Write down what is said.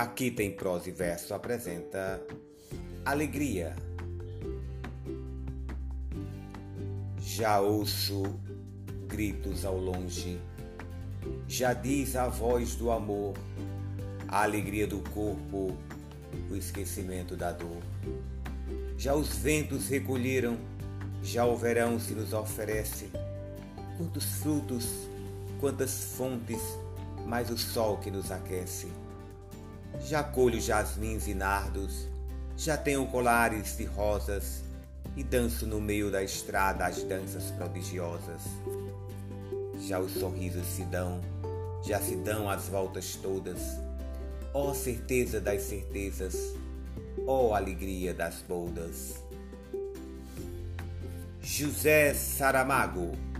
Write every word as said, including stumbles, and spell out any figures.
Aqui tem prosa e verso apresenta alegria. Já ouço gritos ao longe, já diz a voz do amor, a alegria do corpo, o esquecimento da dor. Já os ventos recolheram, já o verão se nos oferece. Quantos frutos, quantas fontes, mais o sol que nos aquece. Já colho jasmins e nardos, já tenho colares de rosas e danço no meio da estrada as danças prodigiosas. Já os sorrisos se dão, já se dão as voltas todas. Ó certeza das certezas, ó alegria das boldas. José Saramago.